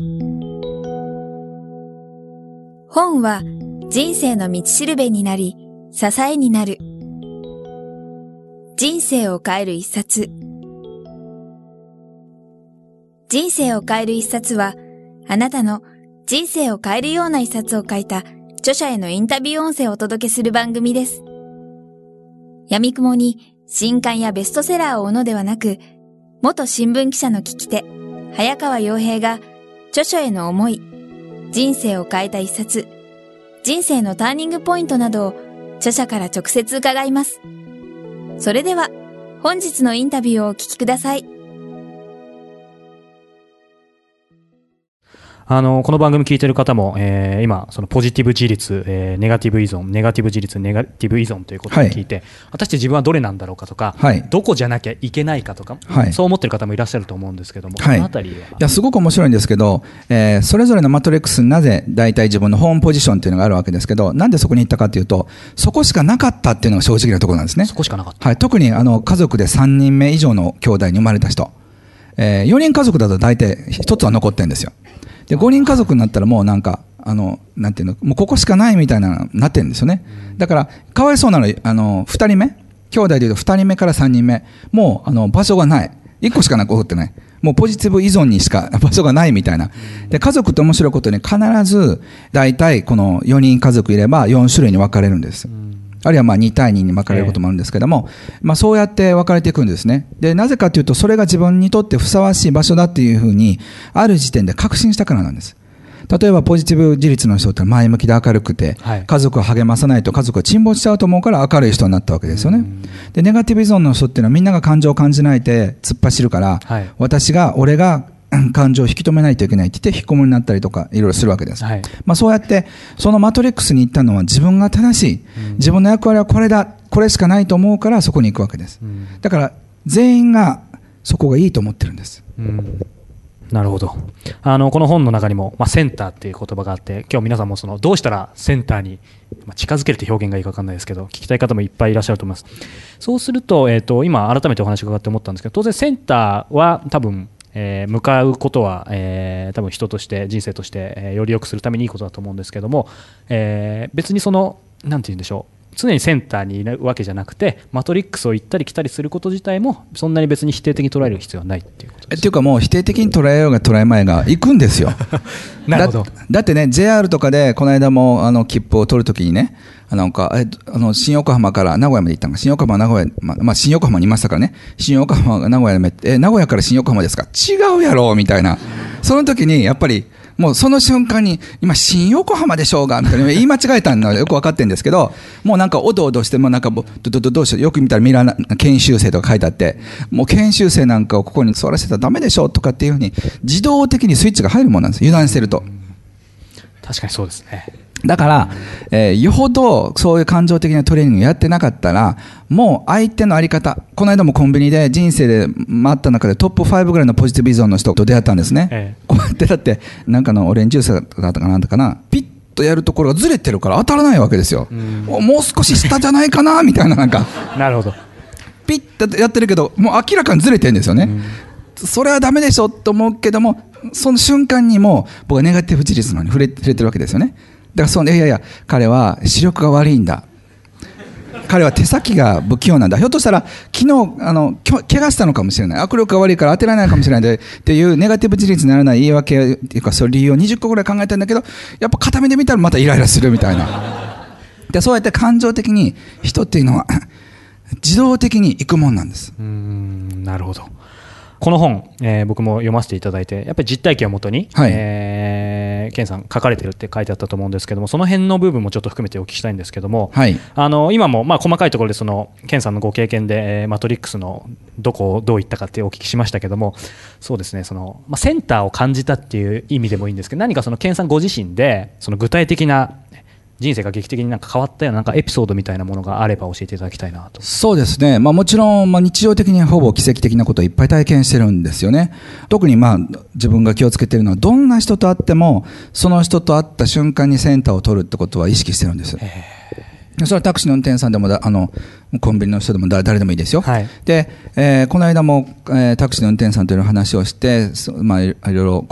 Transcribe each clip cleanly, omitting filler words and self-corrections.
本は人生の道しるべになり、支えになる。人生を変える一冊。人生を変える一冊は、あなたの人生を変えるような一冊を書いた著者へのインタビュー音声をお届けする番組です。闇雲に新刊やベストセラーを追うのではなく、元新聞記者の聞き手、早川洋平が著書への思い、人生を変えた一冊、人生のターニングポイントなどを著者から直接伺います。それでは本日のインタビューをお聞きください。 この番組聞いてる方も、今そのポジティブ自立、ネガティブ依存、ネガティブ自立、ネガティブ依存ということを聞いて、果たして自分はどれなんだろうかとか、どこじゃなきゃいけないかとか、そう思ってる方もいらっしゃると思うんですけども、このあたりは。 いや、すごく面白いんですけど、それぞれのマトリックスになぜ大体自分のホームポジションっていうのがあるわけですけど、なんでそこに行ったかというと、そこしかなかったっていうのが正直なところなんですね。 そこしかなかった。 特に家族で3人目以上の兄弟に生まれた人、4人家族だと大体1つは残ってるんですよ。で5人家族になったらもうなんかなんていうの、もうここしかないみたいななってるんですよね。だからかわいそうなの2人目、兄弟でいうと2人目から3人目、もう場所がない、1個しか残ってない、もうポジティブ依存にしか場所がないみたいな。で家族って面白いことに必ず大体この4人家族いれば4種類に分かれるんです。あるいはまあ2対2に分かれることもあるんですけども、そうやって分かれていくんですね。でなぜかというと、それが自分にとってふさわしい場所だっていうふうにある時点で確信したからなんです。例えばポジティブ自立の人って前向きで明るくて、家族を励まさないと家族が沈没しちゃうと思うから明るい人になったわけですよね。でネガティブ依存の人っていうのはみんなが感情を感じないで突っ走るから、俺が感情を引き止めないといけないって言って引きこもりになったりとかいろいろするわけです。そうやってそのマトリックスに行ったのは自分が正しい、自分の役割はこれだ、これしかないと思うからそこに行くわけです。だから全員がそこがいいと思ってるんです。 なるほど。この本の中にも、センターっていう言葉があって、今日皆さんもどうしたらセンターに近づけるって表現がいいか分かんないですけど、聞きたい方もいっぱいいらっしゃると思います。そうすると、今改めてお話を伺って思ったんですけど、当然センターは多分向かうことは、多分人として人生として、より良くするためにいいことだと思うんですけども、別になんて言うんでしょう、常にセンターにいるわけじゃなくて、マトリックスを行ったり来たりすること自体もそんなに別に否定的に捉える必要はないっていうことです。 っていうか、もう否定的に捉えようが捉えまいが行くんですよ。 なるほど。 だってね、 JR とかでこの間も切符を取るときにね、新横浜から名古屋まで行ったのか、新横浜名古屋、新横浜にいましたからね、新横浜名古屋で名古屋から新横浜ですか、違うやろみたいな。その時にやっぱりもうその瞬間に今新横浜でしょうがみたいな言い間違えたのはよく分かってるんですけど、もうなんかおどおどしてもなんかどうしよう、よく見たらミラー研修生とか書いてあって、もう研修生なんかをここに座らせたらダメでしょとかっていうふうに自動的にスイッチが入るものなんです、油断してると。 確かにそうですね。 だから、よほどそういう感情的なトレーニングやってなかったら、もう相手の在り方、この間もコンビニで人生で回った中でトップ5ぐらいのポジティブ依存の人と出会ったんですね。こうやってだってなんかのオレンジジュースだったかなんだかな、ピッとやるところがずれてるから当たらないわけですよ。もう少し下じゃないかなみたいな、なんかなるほど、 ピッとやってるけどもう明らかにずれてるんですよね。それはダメでしょと思うけども、その瞬間にもう僕はネガティブ自立の方に触れてるわけですよね。だからいや彼は視力が悪いんだ、彼は手先が不器用なんだ、ひょっとしたら昨日怪我したのかもしれない、握力が悪いから当てられないかもしれないっていうネガティブ自立にならない言い訳っていうか、そういう理由を20個ぐらい考えたんだけど、やっぱ片目で見たらまたイライラするみたいな。でそうやって感情的に人っていうのは自動的に行くもんなんです。 なるほど。この本、僕も読ませていただいて、やっぱり実体験をもとに、健さん書かれてるって書いてあったと思うんですけども、その辺の部分もちょっと含めてお聞きしたいんですけども、今も細かいところで健さんのご経験で、マトリックスのどこをどういったかってお聞きしましたけども、そうですね、センターを感じたっていう意味でもいいんですけど、何か健さんご自身で具体的な人生が劇的に変わったようなエピソードみたいなものがあれば教えていただきたいなと。 そうですね、もちろん、日常的にほぼ奇跡的なことをいっぱい体験してるんですよね。特に自分が気をつけているのは、どんな人と会ってもその人と会った瞬間にセンターを取るってことは意識してるんです。それはタクシーの運転手さんでもコンビニの人でも誰でもいいですよ。で、この間も、タクシーの運転手さんという話をして、いろいろ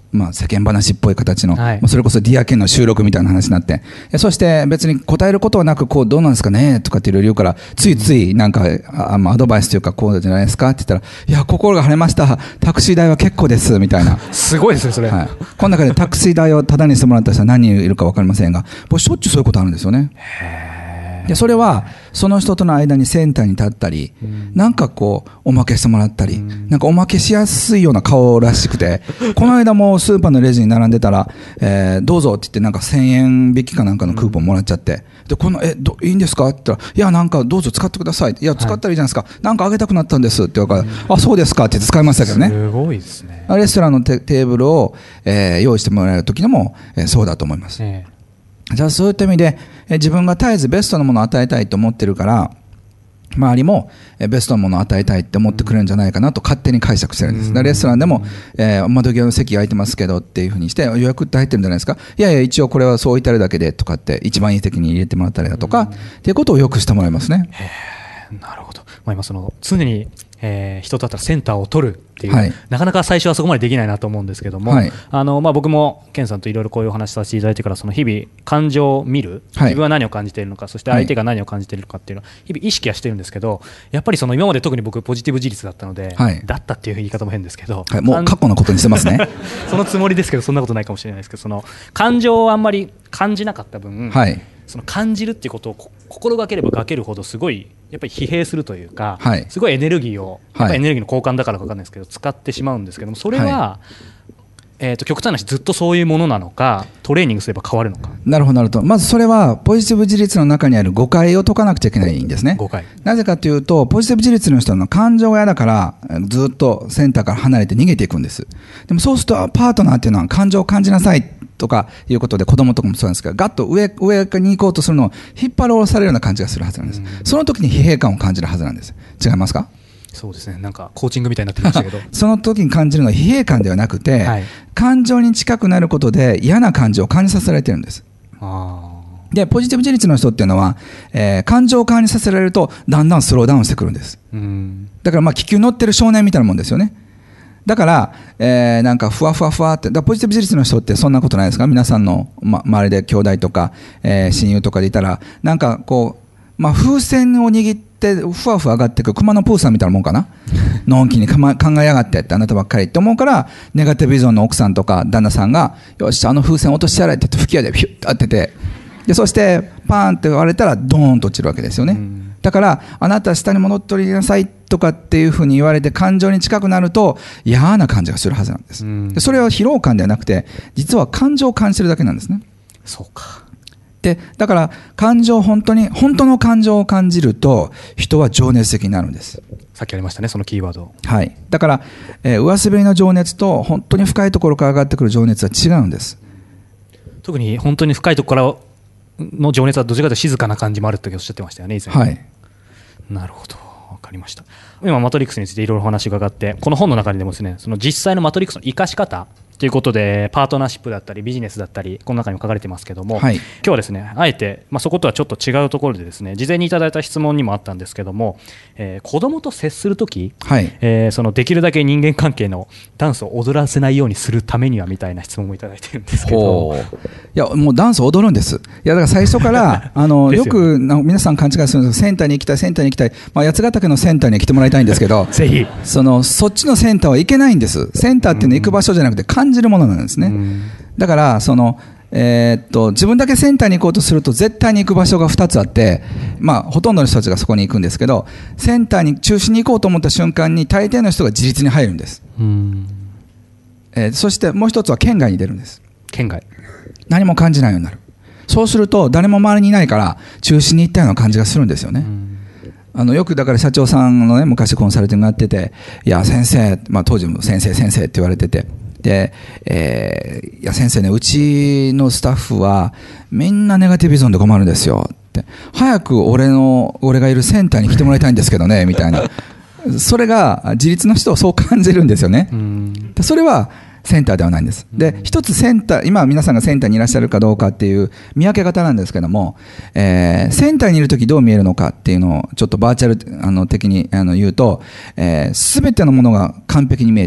世間話っぽい形の、 はいそれこそディアケンの収録みたいな話になって、そして別に答えることはなく、どうなんですかねとかっていろいろ言うから、ついついなんか、アドバイスというか、こうじゃないですかって言ったら、いや、心が晴れました、タクシー代は結構です、みたいな。 すごいですね、それ。 はい。この中でタクシー代をタダにしてもらった人は何人いるか分かりませんが、僕しょっちゅうそういうことあるんですよね。でそれはその人との間にセンターに立ったり、なんかおまけしてもらったり、なんかおまけしやすいような顔らしくて、この間もスーパーのレジに並んでたら、どうぞって言ってなんか1000円引きかなんかのクーポンもらっちゃって、でいいんですかって言ったら、いやなんかどうぞ使ってください、いや使ったらいいじゃないですか、なんかあげたくなったんですって言うから、あそうですかって言って使いましたけどね。 すごいですね。 レストランのテーブルを、用意してもらえる時でも、そうだと思います。じゃあそういった意味で自分が絶えずベストなものを与えたいと思ってるから、周りもベストなものを与えたいって思ってくれるんじゃないかなと勝手に解釈してるんです。レストランでも、窓際の席空いてますけどっていうふうにして予約って入ってるんじゃないですか、いやいや一応これはそう置いてあるだけでとかって一番いい席に入れてもらったりだとかっていうことをよくしてもらいますね。 なるほど。今常に人だったらセンターを取るっていう、 はい、 なかなか最初はそこまでできないなと思うんですけども、はい、僕もケンさんといろいろこういうお話しさせていただいてから、その日々感情を見る、自分は何を感じているのか、そして相手が何を感じているのかっていうのを日々意識はしてるんですけど、やっぱり今まで特に僕ポジティブ自立だったので、だったっていう言い方も変ですけど、 もう過去のことにしてますねそのつもりですけど、そんなことないかもしれないですけど、その感情をあんまり感じなかった分、その感じるっていうことを心がければかけるほどすごいやっぱり疲弊するというか、すごいエネルギーを、やっぱりエネルギーの交換だからか分かんないですけど使ってしまうんですけども、それは、極端な話ずっとそういうものなのか、トレーニングすれば変わるのか。 なるほどなるほど。まずそれはポジティブ自立の中にある誤解を解かなくちゃいけないんですね。 誤解。 なぜかというと、ポジティブ自立の人の感情が嫌だからずっとセンターから離れて逃げていくんです。でもそうするとパートナーっていうのは感情を感じなさいとかいうことで、子供とかもそうなんですけど、ガッと上に行こうとするのを引っ張り下ろされるような感じがするはずなんです。その時に疲弊感を感じるはずなんです。違いますか？ そうですね、なんかコーチングみたいになってきましたけどその時に感じるのは疲弊感ではなくて、感情に近くなることで嫌な感情を感じさせられてるんです。でポジティブ自立の人っていうのは、感情を感じさせられるとだんだんスローダウンしてくるんです。だから気球乗ってる少年みたいなもんですよね。だから、なんかふわふわふわって、ポジティブ自立の人ってそんなことないですか？皆さんの、周りで兄弟とか、親友とかでいたら、なんか風船を握ってふわふわ上がっていく熊のプーさんみたいなもんかなのんきに考えやがってってあなたばっかりって思うから、ネガティブ依存の奥さんとか旦那さんがよし風船落としてやれって言って吹き矢でピュッと当てて、でそしてパーンって割れたらドーンと落ちるわけですよね。だからあなた下に戻っておりなさいとかっていうふうに言われて感情に近くなると嫌な感じがするはずなんです。でそれは疲労感ではなくて、実は感情を感じてるだけなんですね。 そうか。 でだから本当の感情を感じると人は情熱的になるんです。 さっきありましたね、そのキーワード。 はい。だから、上滑りの情熱と本当に深いところから上がってくる情熱は違うんです。 特に本当に深いところからの情熱はどちらかというと静かな感じもあるとおっしゃってましたよね、以前。 はい。 なるほど、分かりました。今マトリックスについていろいろお話が伺って、この本の中にでもですね、その実際のマトリックスの生かし方ということで、パートナーシップだったりビジネスだったりこの中にも書かれてますけども、今日はですね、あえて、そことはちょっと違うところでですね、事前にいただいた質問にもあったんですけども、子供と接するとき、そのできるだけ人間関係のダンスを踊らせないようにするためにはみたいな質問をいただいてるんですけど。 いやもうダンス踊るんです。いやだから最初からよく皆さん勘違いするんですけど、センターに行きたいセンターに行きたい、八ヶ岳のセンターに来てもらいたいんですけどぜひそっちのセンターは行けないんです。センターっていうのは行く場所じゃなくて感じるものなんですね。だから自分だけセンターに行こうとすると絶対に行く場所が2つあって、ほとんどの人たちがそこに行くんですけど、センターに中心に行こうと思った瞬間に大抵の人が自立に入るんです。そしてもう一つは圏外に出るんです。 圏外、 何も感じないようになる。そうすると誰も周りにいないから中心に行ったような感じがするんですよね。よくだから社長さんのね、昔コンサルティングやってて、いや先生、当時も先生って言われてて、で、いや先生ね、うちのスタッフはみんなネガティブ依存で困るんですよって、早く俺がいるセンターに来てもらいたいんですけどねみたいなそれが自立の人はそう感じるんですよね。それはセンターではないんです。で一つセンター、今皆さんがセンターにいらっしゃるかどうかっていう見分け方なんですけども、センターにいるときどう見えるのかっていうのをちょっとバーチャル的に言うと、全てのものが完璧に見えて、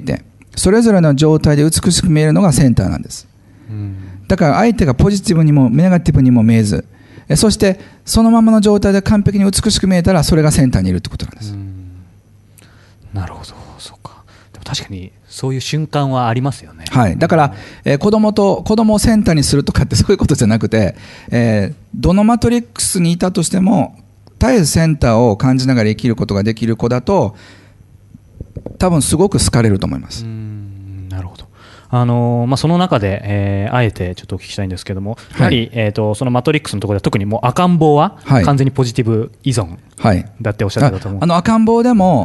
それぞれの状態で美しく見えるのがセンターなんです。だから相手がポジティブにもネガティブにも見えず、そしてそのままの状態で完璧に美しく見えたら、それがセンターにいるってことなんです。 なるほど、そうか。でも確かにそういう瞬間はありますよね。 はい、だから、子供をセンターにするとかってそういうことじゃなくて、どのマトリックスにいたとしても絶えずセンターを感じながら生きることができる子だと、多分すごく好かれると思います。 なるほど。その中で、あえてちょっとお聞きしたいんですけども、やはり、そのマトリックスのところで特にもう赤ん坊は完全にポジティブ依存だっておっしゃってたと思う。 赤ん坊でも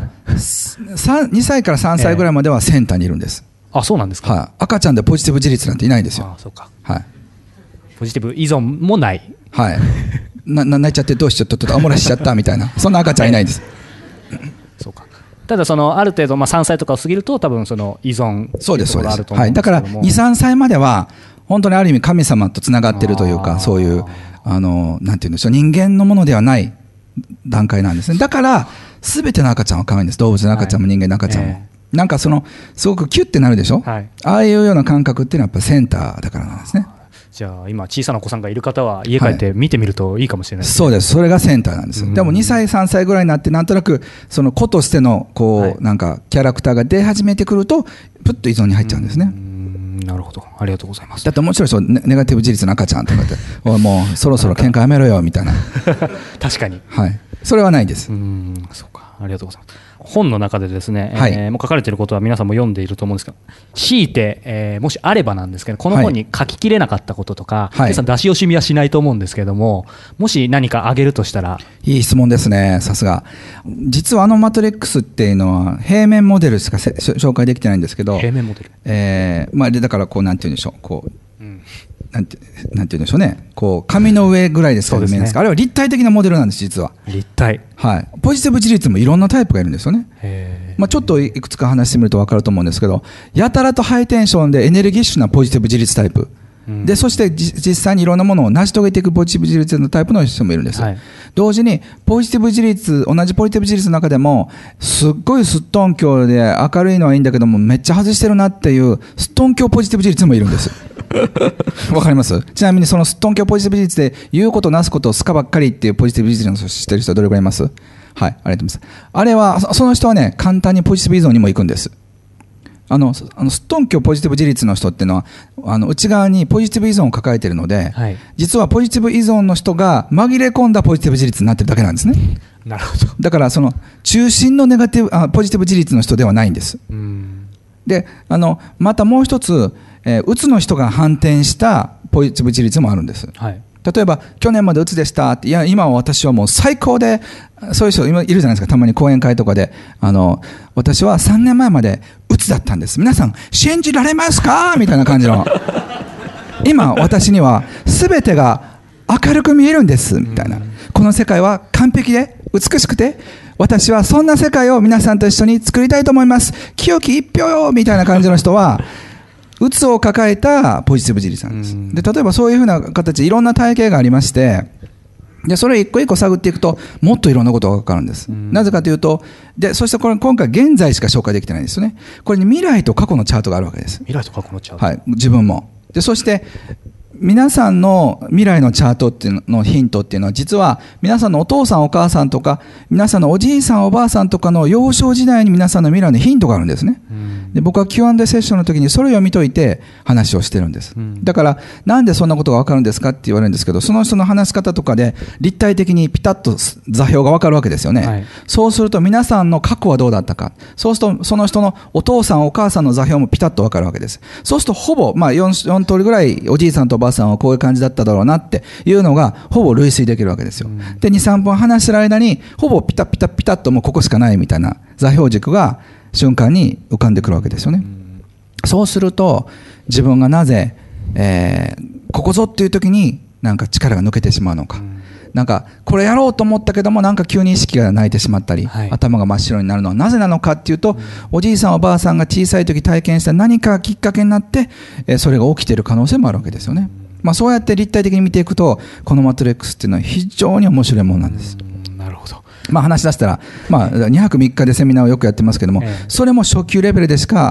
2歳から3歳ぐらいまではセンターにいるんです。 あ、そうなんですか。 はい、赤ちゃんでポジティブ自立なんていないんですよ。 あ、そうか。 はい、 ポジティブ依存もない。 はい、泣いちゃってどうしちゃったおもらしちゃったみたいなそんな赤ちゃんいないんです。 そうか。ただある程度、3歳とかを過ぎると多分その依存というところがあると思うんですけども、 だから2、3歳までは本当にある意味神様とつながっているというか、そういうなんていうんでしょう、人間のものではない段階なんですね。だから全ての赤ちゃんは可愛いんです。動物の赤ちゃんも人間の赤ちゃんも、なんかすごくキュッてなるでしょ、ああいうような感覚っていうのはやっぱセンターだからなんですね。 じゃあ今小さなお子さんがいる方は家帰って見てみるといいかもしれないですね。 そうです。それがセンターなんです。でも2歳3歳ぐらいになってなんとなくその子としてのなんかキャラクターが出始めてくるとプッと依存に入っちゃうんですね。 なるほど、ありがとうございます。 だってもちろんネガティブ自立の赤ちゃんとかっておいもうそろそろ喧嘩やめろよみたいな確かに、 はい、それはないです。 そうか、ありがとうございます。本の中でですね、もう書かれていることは皆さんも読んでいると思うんですけど、強いて、もしあればなんですけど、この本に書ききれなかったこととか、皆さん出し惜しみはしないと思うんですけれども、もし何か挙げるとしたら。 いい質問ですね、さすが。実はマトリックスっていうのは平面モデルしか紹介できてないんですけど、 平面モデル、 だからなんていうんでしょう、なんて言うんでしょうね、紙の上ぐらいですから見えますか。あれは立体的なモデルなんです、実は。 立体、 はい、ポジティブ自立もいろんなタイプがいるんですよね。ちょっといくつか話してみると分かると思うんですけど、やたらとハイテンションでエネルギッシュなポジティブ自立タイプ、でそして実際にいろんなものを成し遂げていくポジティブ自立のタイプの人もいるんです、同時にポジティブ自立、同じポジティブ自立の中でもすっごいすっとんきょうで明るいのはいいんだけどもめっちゃ外してるなっていうすっとんきょうポジティブ自立もいるんですわかります？ちなみにそのすっとんきょうポジティブ自立で言うことなすことをスカばっかりっていうポジティブ自立の知ってる人はどれくらいいます？はい、ありがとうございます。あれはその人はね、簡単にポジティブ依存にも行くんです。すっとんきょうポジティブ自立の人っていうのは内側にポジティブ依存を抱えているので、実はポジティブ依存の人が紛れ込んだポジティブ自立になってるだけなんですね。 なるほど。 だからその中心のポジティブ自立の人ではないんです。でまたもう一つ、うつの人が反転したポジティブ自立もあるんです、例えば去年までうつでしたって、いや今は私はもう最高で、そういう人今いるじゃないですか、たまに講演会とかで私は3年前までうつだったんです、皆さん信じられますかみたいな感じの今私には全てが明るく見えるんですみたいな、この世界は完璧で美しくて私はそんな世界を皆さんと一緒に作りたいと思います、清き一票よみたいな感じの人はうつを抱えたポジティブ自立なんです。で例えばそういうふうな形、いろんな体系がありまして、でそれを一個一個探っていくともっといろんなことが分かるんです。なぜかというと、そしてこれ今回現在しか紹介できてないんですよね。これに未来と過去のチャートがあるわけです。 未来と過去のチャート、 はい、自分もで、そして皆さんの未来のチャートっていうのヒントっていうのは、実は皆さんのお父さんお母さんとか皆さんのおじいさんおばあさんとかの幼少時代に皆さんの未来のヒントがあるんですね。で僕は Q&A セッションの時にそれを読み解いて話をしてるんです。だからなんでそんなことが分かるんですかって言われるんですけど、その人の話し方とかで立体的にピタッと座標が分かるわけですよね、そうすると皆さんの過去はどうだったか、そうするとその人のお父さんお母さんの座標もピタッと分かるわけです。そうするとほぼ、4通りぐらいおじいさんとおばあさんはこういう感じだっただろうなっていうのがほぼ類推できるわけですよ。で 2,3 分話してる間にほぼピタピタピタッともうここしかないみたいな座標軸が瞬間に浮かんでくるわけですよね。そうすると自分がなぜ、ここぞっていう時になんか力が抜けてしまうのか、なんかこれやろうと思ったけどもなんか急に意識が泣いてしまったり、頭が真っ白になるのはなぜなのかっていうと、おじいさんおばあさんが小さい時体験した何かがきっかけになって、それが起きている可能性もあるわけですよね。そうやって立体的に見ていくとこのマトリックスっていうのは非常に面白いものなんです。 なるほど。 話し出したら、2泊3日でセミナーをよくやってますけども、それも初級レベルでしか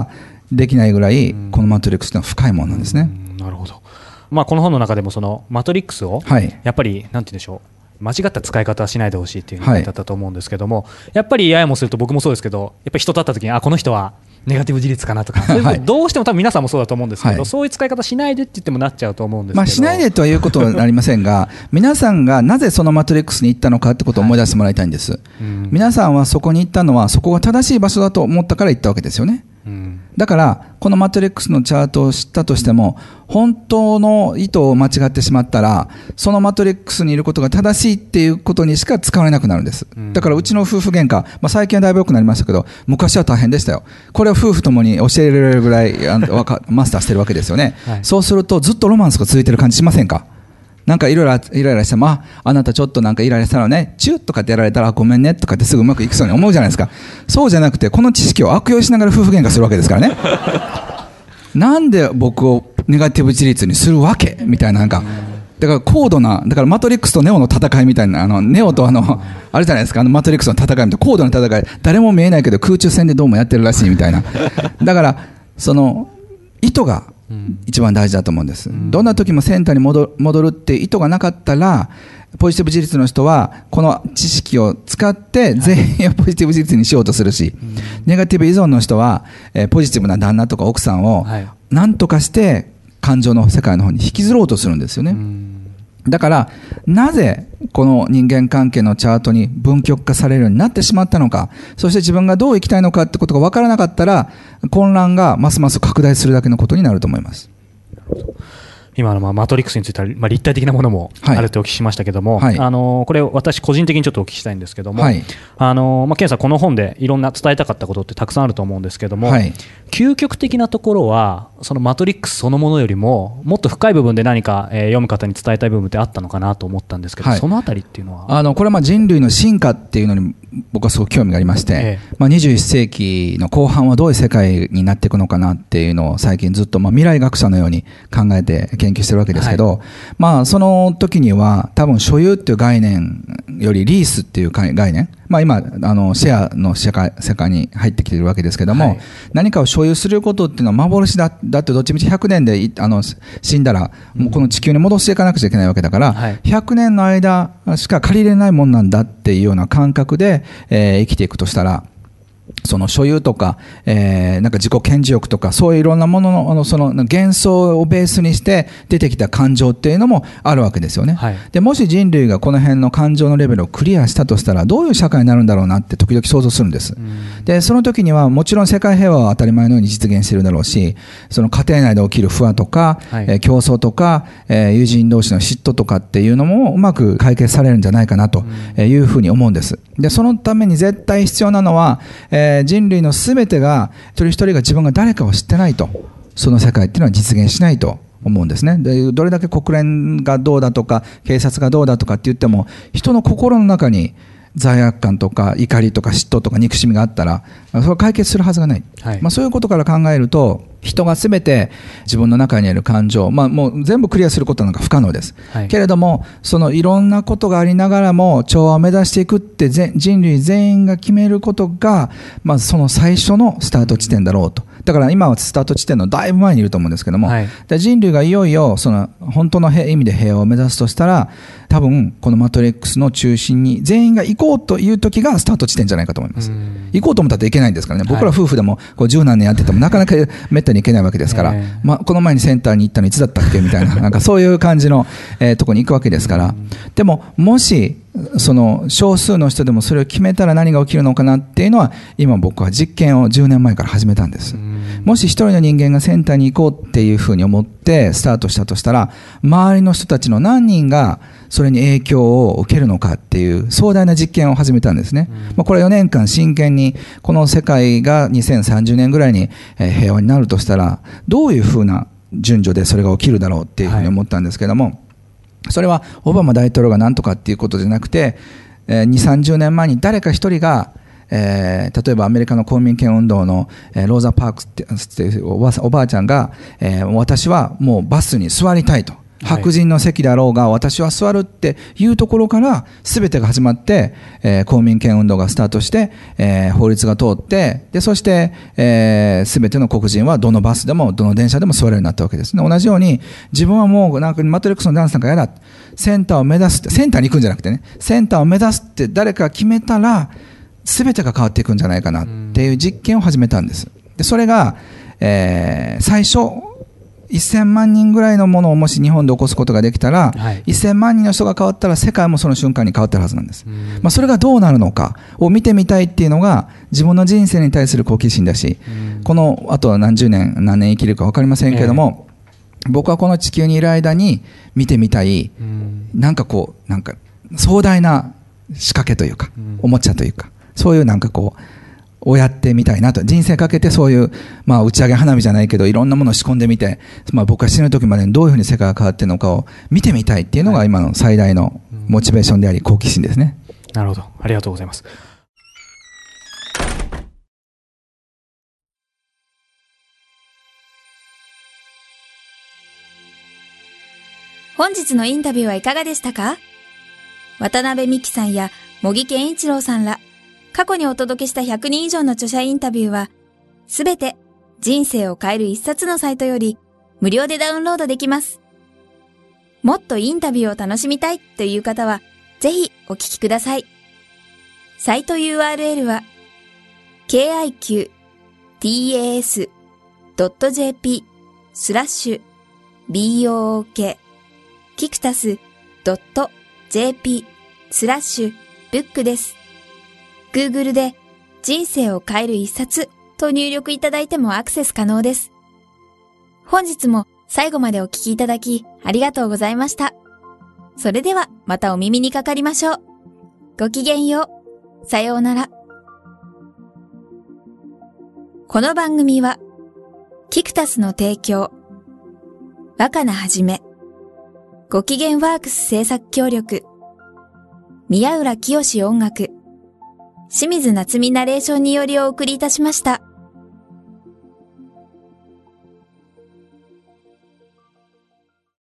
できないぐらいこのマトリックスというのは深いものなんですね。 なるほど。この本の中でもそのマトリックスをやっぱりなんて言うんでしょう、間違った使い方はしないでほしいっていうふうに書いてあったと思うんですけども、やっぱりややもすると僕もそうですけど、やっぱり人と会った時にこの人はネガティブ自立かなとか、どうしても多分皆さんもそうだと思うんですけど、そういう使い方しないでって言ってもなっちゃうと思うんですけど、 しないでとはいうことはありませんが皆さんがなぜそのマトリックスに行ったのかってことを思い出してもらいたいんです、皆さんはそこに行ったのはそこが正しい場所だと思ったから行ったわけですよね。だからこのマトリックスのチャートを知ったとしても本当の意図を間違ってしまったらそのマトリックスにいることが正しいっていうことにしか使われなくなるんです。だからうちの夫婦喧嘩、最近はだいぶ良くなりましたけど昔は大変でしたよ。これを夫婦ともに教えられるぐらいマスターしてるわけですよね、そうするとずっとロマンスが続いてる感じしませんか。なんかいろいろイライラしてもあなたちょっとなんかイライラしたらねチュッとかってやられたらごめんねとかってすぐうまくいくそうに思うじゃないですか。そうじゃなくてこの知識を悪用しながら夫婦喧嘩するわけですからねなんで僕をネガティブ自立にするわけみたいな、なんかだから高度な、だからマトリックスとネオの戦いみたいな、ネオとあれじゃないですか、マトリックスの戦いみたいな高度な戦い、誰も見えないけど空中戦でどうもやってるらしいみたいなだからその意図が一番大事だと思うんです、どんな時もセンターに戻るって意図がなかったらポジティブ自立の人はこの知識を使って全員をポジティブ自立にしようとするし、ネガティブ依存の人はポジティブな旦那とか奥さんを何とかして感情の世界の方に引きずろうとするんですよね。だからなぜこの人間関係のチャートに分極化されるようになってしまったのか、そして自分がどう生きたいのかってことが分からなかったら混乱がますます拡大するだけのことになると思います。 今のマトリックスについては立体的なものもあるとお聞きしましたけども、これ私個人的にちょっとお聞きしたいんですけども、ケンさんこの本でいろんな伝えたかったことってたくさんあると思うんですけども、究極的なところはそのマトリックスそのものよりももっと深い部分で何か読む方に伝えたい部分ってあったのかなと思ったんですけど、そのあたりっていうのはこれは人類の進化っていうのに僕はすごく興味がありまして、21世紀の後半はどういう世界になっていくのかなっていうのを最近ずっと未来学者のように考えて研究してるわけですけど、その時には多分所有っていう概念よりリースっていう概念、今シェアの世界に入ってきているわけですけども、何かを所有することっていうのは幻だってどっちみち100年で死んだらもうこの地球に戻していかなくちゃいけないわけだから、100年の間しか借りれないもんなんだっていうような感覚で、生きていくとしたら、その所有とか、なんか自己顕示欲とかそういういろんなもののその幻想をベースにして出てきた感情っていうのもあるわけですよね、でもし人類がこの辺の感情のレベルをクリアしたとしたらどういう社会になるんだろうなって時々想像するんです、でその時にはもちろん世界平和は当たり前のように実現しているだろうし、その家庭内で起きる不和とか、競争とか、友人同士の嫉妬とかっていうのもうまく解決されるんじゃないかなというふうに思うんです。でそのために絶対必要なのは、人類のすべてが一人一人が自分が誰かを知ってないとその世界っていうのは実現しないと思うんですね。でどれだけ国連がどうだとか警察がどうだとかって言っても人の心の中に罪悪感とか怒りとか嫉妬とか憎しみがあったらそれは解決するはずがない、そういうことから考えると人がすべて自分の中にある感情、もう全部クリアすることなんか不可能です、けれどもそのいろんなことがありながらも調和を目指していくって人類全員が決めることがまずその最初のスタート地点だろうと。だから今はスタート地点のだいぶ前にいると思うんですけども、で人類がいよいよその本当の意味で平和を目指すとしたら多分このマトリックスの中心に全員が行こうという時がスタート地点じゃないかと思います。行こうと思ったらいけないんですからね。僕ら夫婦でもこう十何年やっててもなかなかめったに行けないわけですから、この前にセンターに行ったのいつだったっけみたいな、なんかそういう感じの、とこに行くわけですから、でももしその少数の人でもそれを決めたら何が起きるのかなっていうのは今僕は実験を10年前から始めたんです。もし一人の人間がセンターに行こうっていうふうに思ってスタートしたとしたら周りの人たちの何人がそれに影響を受けるのかっていう壮大な実験を始めたんですね。これ4年間真剣にこの世界が2030年ぐらいに平和になるとしたらどういうふうな順序でそれが起きるだろうっていうふうに思ったんですけども、それはオバマ大統領が何とかっていうことじゃなくて2、30年前に誰か一人が例えばアメリカの公民権運動のローザ・パークスっていうおばあちゃんが私はもうバスに座りたいと白人の席であろうが私は座るっていうところから全てが始まって、公民権運動がスタートして、法律が通って、でそして、全ての黒人はどのバスでもどの電車でも座れるようになったわけですね。同じように自分はもうなんかマトリックスのダンスなんか嫌だ、センターを目指すって、センターに行くんじゃなくてね、センターを目指すって誰かが決めたら全てが変わっていくんじゃないかなっていう実験を始めたんです。でそれが、最初1000万人ぐらいのものをもし日本で起こすことができたら、はい、1000万人の人が変わったら世界もその瞬間に変わってるはずなんです。それがどうなるのかを見てみたいっていうのが自分の人生に対する好奇心だし、このあと何十年何年生きるか分かりませんけれども、僕はこの地球にいる間に見てみたい、なんかこうなんか壮大な仕掛けというか、おもちゃというか、そういうなんかこうをやってみたいなと、人生かけてそういう、打ち上げ花火じゃないけどいろんなものを仕込んでみて、僕が死ぬ時までにどういうふうに世界が変わっているのかを見てみたいっていうのが今の最大のモチベーションであり好奇心ですね。 なるほど、ありがとうございます。 本日のインタビューはいかがでしたか？渡辺美樹さんや茂木健一郎さんら過去にお届けした100人以上の著者インタビューは、すべて人生を変える一冊のサイトより無料でダウンロードできます。もっとインタビューを楽しみたいという方は、ぜひお聞きください。サイト URL は kiqtas.jp/book キクタス .jp/book です。Google で人生を変える一冊と入力いただいてもアクセス可能です。本日も最後までお聞きいただきありがとうございました。それではまたお耳にかかりましょう。ごきげんよう。さようなら。この番組はキクタスの提供、若菜はじめ、ごきげんワークス制作協力、宮浦清志音楽、清水夏美ナレーションによりお送りいたしました。